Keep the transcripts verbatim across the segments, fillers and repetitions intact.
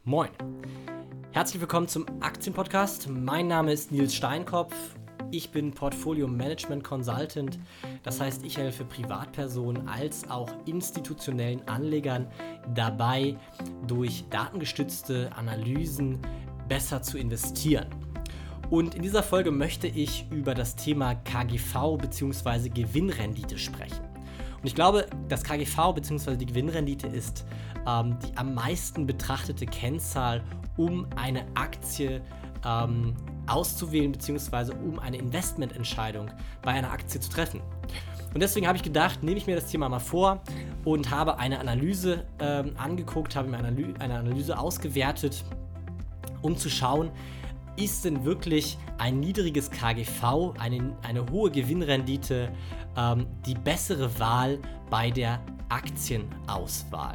Moin. Herzlich willkommen zum Aktienpodcast. Mein Name ist Nils Steinkopf. Ich bin Portfolio Management Consultant. Das heißt, ich helfe Privatpersonen als auch institutionellen Anlegern dabei, durch datengestützte Analysen besser zu investieren. Und in dieser Folge möchte ich über das Thema K G V bzw. Gewinnrendite sprechen. Und ich glaube, das K G V bzw. die Gewinnrendite ist ähm, die am meisten betrachtete Kennzahl, um eine Aktie ähm, auszuwählen bzw. um eine Investmententscheidung bei einer Aktie zu treffen. Und deswegen habe ich gedacht, nehme ich mir das Thema mal vor und habe eine Analyse ähm, angeguckt, habe mir eine, Analy- eine Analyse ausgewertet, um zu schauen, ist denn wirklich ein niedriges K G V, eine, eine hohe Gewinnrendite, ähm, die bessere Wahl bei der Aktienauswahl?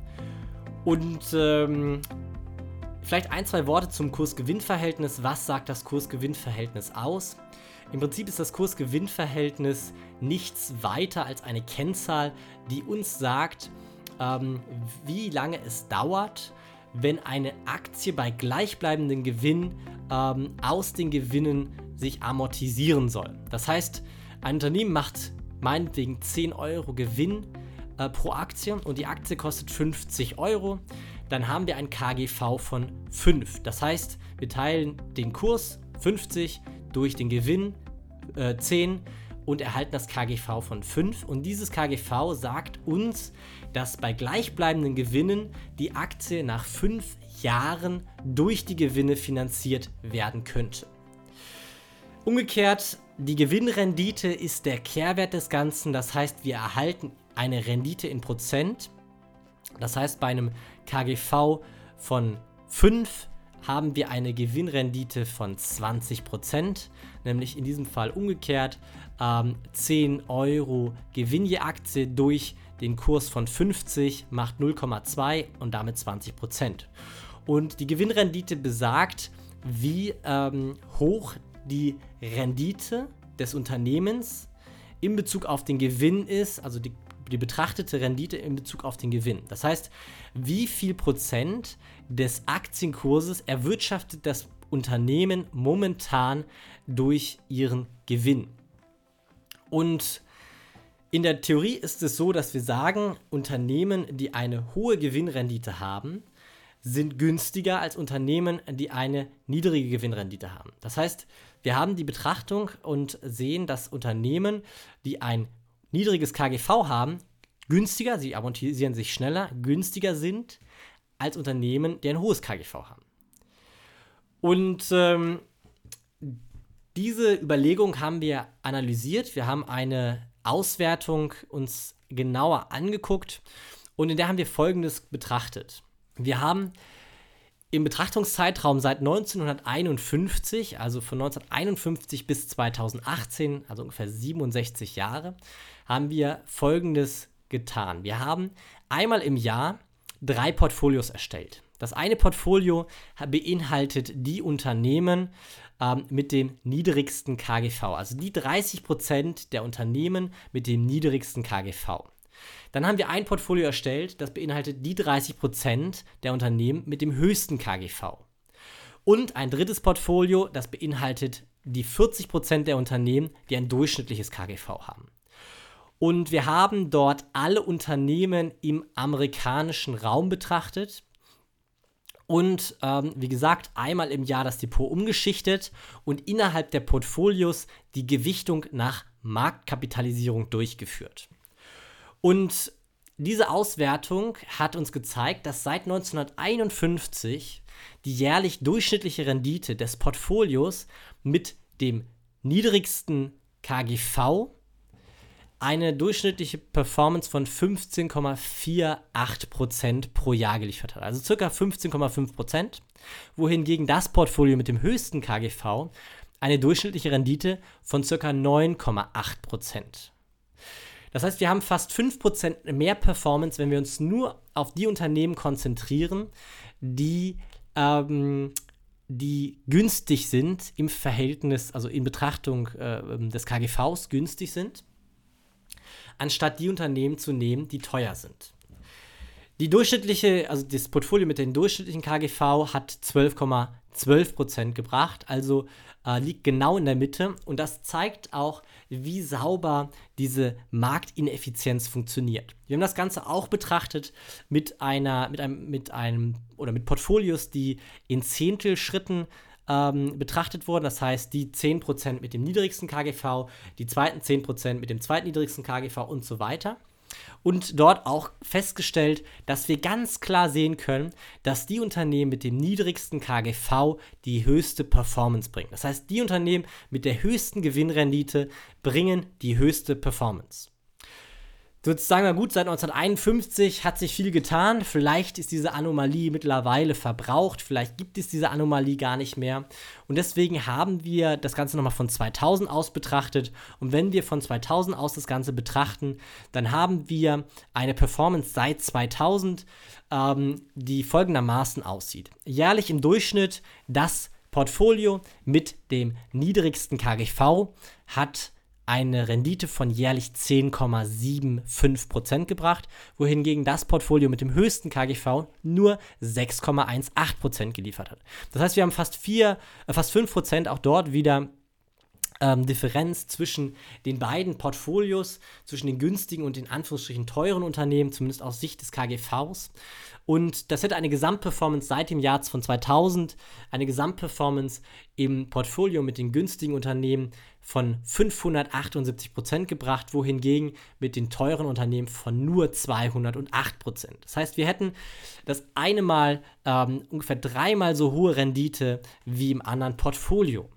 Und ähm, vielleicht ein, zwei Worte zum Kurs-Gewinn-Verhältnis. Was sagt das Kurs-Gewinn-Verhältnis aus? Im Prinzip ist das Kurs-Gewinn-Verhältnis nichts weiter als eine Kennzahl, die uns sagt, ähm, wie lange es dauert, wenn eine Aktie bei gleichbleibendem Gewinn ähm, aus den Gewinnen sich amortisieren soll. Das heißt, ein Unternehmen macht meinetwegen zehn Euro Gewinn äh, pro Aktie und die Aktie kostet fünfzig Euro. Dann haben wir ein K G V von fünf. Das heißt, wir teilen den Kurs fünfzig durch den Gewinn äh, zehn und erhalten das K G V von fünf. Und dieses K G V sagt uns, dass bei gleichbleibenden Gewinnen die Aktie nach fünf Jahren durch die Gewinne finanziert werden könnte. Umgekehrt, die Gewinnrendite ist der Kehrwert des Ganzen. Das heißt, wir erhalten eine Rendite in Prozent. Das heißt, bei einem K G V von fünf haben wir eine Gewinnrendite von zwanzig Prozent, nämlich in diesem Fall umgekehrt, ähm, zehn Euro Gewinn je Aktie durch den Kurs von fünfzig macht null Komma zwei und damit zwanzig Prozent. Und die Gewinnrendite besagt, wie ähm, hoch die Rendite des Unternehmens in Bezug auf den Gewinn ist, also die die betrachtete Rendite in Bezug auf den Gewinn. Das heißt, wie viel Prozent des Aktienkurses erwirtschaftet das Unternehmen momentan durch ihren Gewinn. Und in der Theorie ist es so, dass wir sagen, Unternehmen, die eine hohe Gewinnrendite haben, sind günstiger als Unternehmen, die eine niedrige Gewinnrendite haben. Das heißt, wir haben die Betrachtung und sehen, dass Unternehmen, die ein niedriges K G V haben, günstiger, sie amortisieren sich schneller, günstiger sind als Unternehmen, die ein hohes K G V haben. Und ähm, diese Überlegung haben wir analysiert. Wir haben eine Auswertung uns genauer angeguckt und in der haben wir Folgendes betrachtet. Wir haben im Betrachtungszeitraum seit neunzehnhunderteinundfünfzig, also von neunzehnhunderteinundfünfzig bis zweitausendachtzehn, also ungefähr siebenundsechzig Jahre, haben wir Folgendes getan. Wir haben einmal im Jahr drei Portfolios erstellt. Das eine Portfolio beinhaltet die Unternehmen ähm, mit dem niedrigsten K G V, also die dreißig Prozent der Unternehmen mit dem niedrigsten K G V. Dann haben wir ein Portfolio erstellt, das beinhaltet die dreißig Prozent der Unternehmen mit dem höchsten K G V. Und ein drittes Portfolio, das beinhaltet die vierzig Prozent der Unternehmen, die ein durchschnittliches K G V haben. Und wir haben dort alle Unternehmen im amerikanischen Raum betrachtet und ähm, wie gesagt, einmal im Jahr das Depot umgeschichtet und innerhalb der Portfolios die Gewichtung nach Marktkapitalisierung durchgeführt. Und diese Auswertung hat uns gezeigt, dass seit neunzehnhunderteinundfünfzig die jährlich durchschnittliche Rendite des Portfolios mit dem niedrigsten K G V eine durchschnittliche Performance von fünfzehn Komma achtzig Prozent pro Jahr geliefert hat. Also ca. fünfzehn Komma fünf Prozent, wohingegen das Portfolio mit dem höchsten K G V eine durchschnittliche Rendite von ca. neun Komma acht Prozent. Das heißt, wir haben fast fünf Prozent mehr Performance, wenn wir uns nur auf die Unternehmen konzentrieren, die, ähm, die günstig sind im Verhältnis, also in Betrachtung äh, des K G Vs günstig sind, anstatt die Unternehmen zu nehmen, die teuer sind. Die durchschnittliche, also das Portfolio mit den durchschnittlichen K G V hat zwölf Komma zwölf Prozent gebracht, also äh, liegt genau in der Mitte. Und das zeigt auch, wie sauber diese Marktineffizienz funktioniert. Wir haben das Ganze auch betrachtet mit einer, mit einem, mit einem oder mit Portfolios, die in Zehntelschritten ähm, betrachtet wurden. Das heißt, die zehn Prozent mit dem niedrigsten K G V, die zweiten zehn Prozent mit dem zweitniedrigsten K G V und so weiter. Und dort auch festgestellt, dass wir ganz klar sehen können, dass die Unternehmen mit dem niedrigsten K G V die höchste Performance bringen. Das heißt, die Unternehmen mit der höchsten Gewinnrendite bringen die höchste Performance. So, jetzt sagen wir gut, seit neunzehnhunderteinundfünfzig hat sich viel getan. Vielleicht ist diese Anomalie mittlerweile verbraucht. Vielleicht gibt es diese Anomalie gar nicht mehr. Und deswegen haben wir das Ganze nochmal von zweitausend aus betrachtet. Und wenn wir von zweitausend aus das Ganze betrachten, dann haben wir eine Performance seit zweitausend, ähm, die folgendermaßen aussieht. Jährlich im Durchschnitt das Portfolio mit dem niedrigsten K G V hat eine Rendite von jährlich zehn Komma fünfundsiebzig Prozent gebracht, wohingegen das Portfolio mit dem höchsten K G V nur sechs Komma achtzehn Prozent geliefert hat. Das heißt, wir haben fast, vier, äh, fast fünf Prozent auch dort wieder ähm, Differenz zwischen den beiden Portfolios, zwischen den günstigen und den Anführungsstrichen teuren Unternehmen, zumindest aus Sicht des K G Vs. Und das hätte eine Gesamtperformance seit dem Jahr von zweitausend, eine Gesamtperformance im Portfolio mit den günstigen Unternehmen von fünfhundertachtundsiebzig Prozent gebracht, wohingegen mit den teuren Unternehmen von nur zweihundertacht Prozent. Das heißt, wir hätten das eine Mal ähm, ungefähr dreimal so hohe Rendite wie im anderen Portfolio.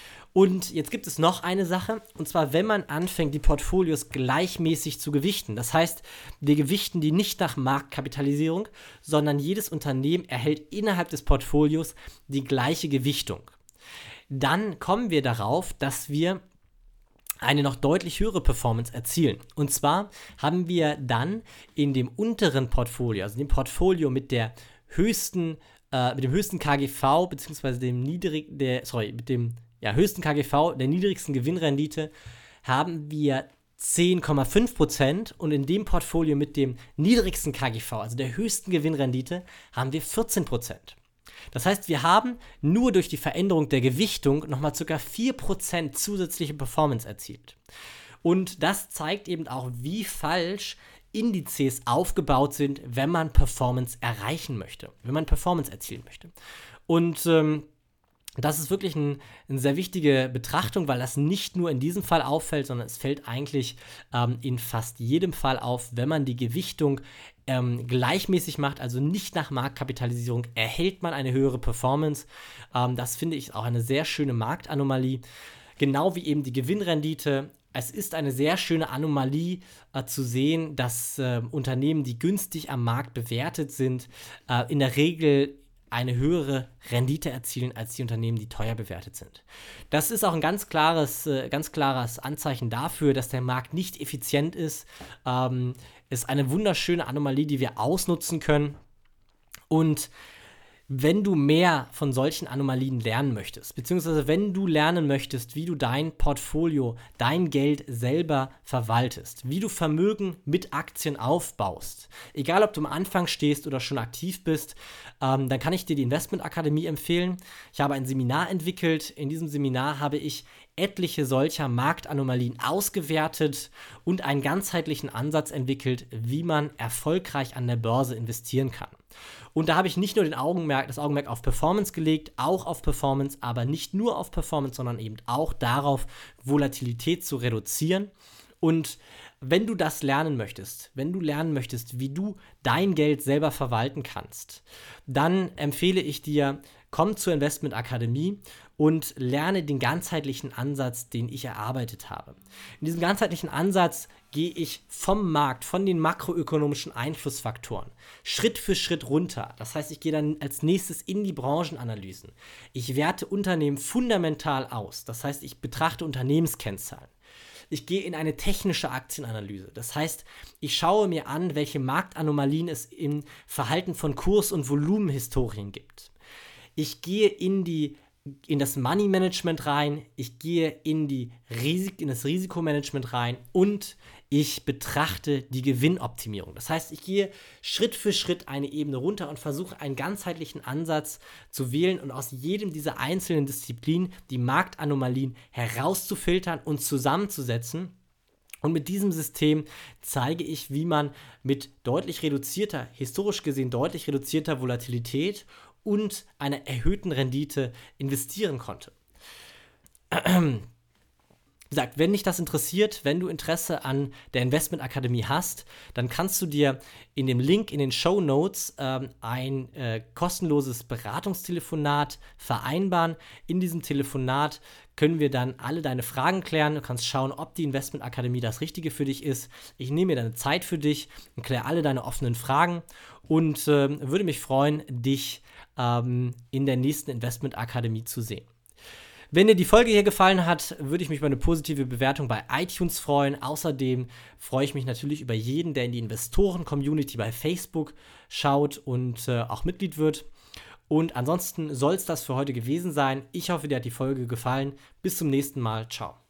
Und jetzt gibt es noch eine Sache, und zwar, wenn man anfängt, die Portfolios gleichmäßig zu gewichten. Das heißt, wir gewichten die nicht nach Marktkapitalisierung, sondern jedes Unternehmen erhält innerhalb des Portfolios die gleiche Gewichtung. Dann kommen wir darauf, dass wir eine noch deutlich höhere Performance erzielen. Und zwar haben wir dann in dem unteren Portfolio, also dem Portfolio mit der höchsten, äh, mit dem höchsten K G V, beziehungsweise dem niedrig, der, sorry, mit dem ja, höchsten K G V, der niedrigsten Gewinnrendite, haben wir zehn Komma fünf Prozent und in dem Portfolio mit dem niedrigsten K G V, also der höchsten Gewinnrendite, haben wir vierzehn Prozent. Das heißt, wir haben nur durch die Veränderung der Gewichtung nochmal ca. vier Prozent zusätzliche Performance erzielt. Und das zeigt eben auch, wie falsch Indizes aufgebaut sind, wenn man Performance erreichen möchte, wenn man Performance erzielen möchte. Und ähm, das ist wirklich ein, eine sehr wichtige Betrachtung, weil das nicht nur in diesem Fall auffällt, sondern es fällt eigentlich ähm, in fast jedem Fall auf, wenn man die Gewichtung ähm, gleichmäßig macht, also nicht nach Marktkapitalisierung, erhält man eine höhere Performance. Ähm, das finde ich auch eine sehr schöne Marktanomalie, genau wie eben die Gewinnrendite. Es ist eine sehr schöne Anomalie äh, zu sehen, dass äh, Unternehmen, die günstig am Markt bewertet sind, äh, in der Regel eine höhere Rendite erzielen als die Unternehmen, die teuer bewertet sind. Das ist auch ein ganz klares, äh, ganz klares Anzeichen dafür, dass der Markt nicht effizient ist. Ähm, ist eine wunderschöne Anomalie, die wir ausnutzen können. Und wenn du mehr von solchen Anomalien lernen möchtest, beziehungsweise wenn du lernen möchtest, wie du dein Portfolio, dein Geld selber verwaltest, wie du Vermögen mit Aktien aufbaust, egal ob du am Anfang stehst oder schon aktiv bist, ähm, dann kann ich dir die Investmentakademie empfehlen. Ich habe ein Seminar entwickelt. In diesem Seminar habe ich etliche solcher Marktanomalien ausgewertet und einen ganzheitlichen Ansatz entwickelt, wie man erfolgreich an der Börse investieren kann. Und da habe ich nicht nur den Augenmerk, das Augenmerk auf Performance gelegt, auch auf Performance, aber nicht nur auf Performance, sondern eben auch darauf, Volatilität zu reduzieren. Und wenn du das lernen möchtest, wenn du lernen möchtest, wie du dein Geld selber verwalten kannst, dann empfehle ich dir, komm zur Investmentakademie und lerne den ganzheitlichen Ansatz, den ich erarbeitet habe. In diesem ganzheitlichen Ansatz gehe ich vom Markt, von den makroökonomischen Einflussfaktoren Schritt für Schritt runter. Das heißt, ich gehe dann als nächstes in die Branchenanalysen. Ich werte Unternehmen fundamental aus. Das heißt, ich betrachte Unternehmenskennzahlen. Ich gehe in eine technische Aktienanalyse. Das heißt, ich schaue mir an, welche Marktanomalien es im Verhalten von Kurs- und Volumenhistorien gibt. Ich gehe in die in das Money Management rein, ich gehe in, die Risik, in das Risikomanagement rein und ich betrachte die Gewinnoptimierung. Das heißt, ich gehe Schritt für Schritt eine Ebene runter und versuche einen ganzheitlichen Ansatz zu wählen und aus jedem dieser einzelnen Disziplinen die Marktanomalien herauszufiltern und zusammenzusetzen. Und mit diesem System zeige ich, wie man mit deutlich reduzierter, historisch gesehen deutlich reduzierter Volatilität und einer erhöhten Rendite investieren konnte. Wie gesagt, wenn dich das interessiert, wenn du Interesse an der Investmentakademie hast, dann kannst du dir in dem Link in den Shownotes ähm, ein äh, kostenloses Beratungstelefonat vereinbaren. In diesem Telefonat können wir dann alle deine Fragen klären. Du kannst schauen, ob die Investmentakademie das Richtige für dich ist. Ich nehme mir deine Zeit für dich und kläre alle deine offenen Fragen und äh, würde mich freuen, dich ähm, in der nächsten Investmentakademie zu sehen. Wenn dir die Folge hier gefallen hat, würde ich mich über eine positive Bewertung bei iTunes freuen. Außerdem freue ich mich natürlich über jeden, der in die Investoren-Community bei Facebook schaut und äh, auch Mitglied wird. Und ansonsten soll es das für heute gewesen sein. Ich hoffe, dir hat die Folge gefallen. Bis zum nächsten Mal. Ciao.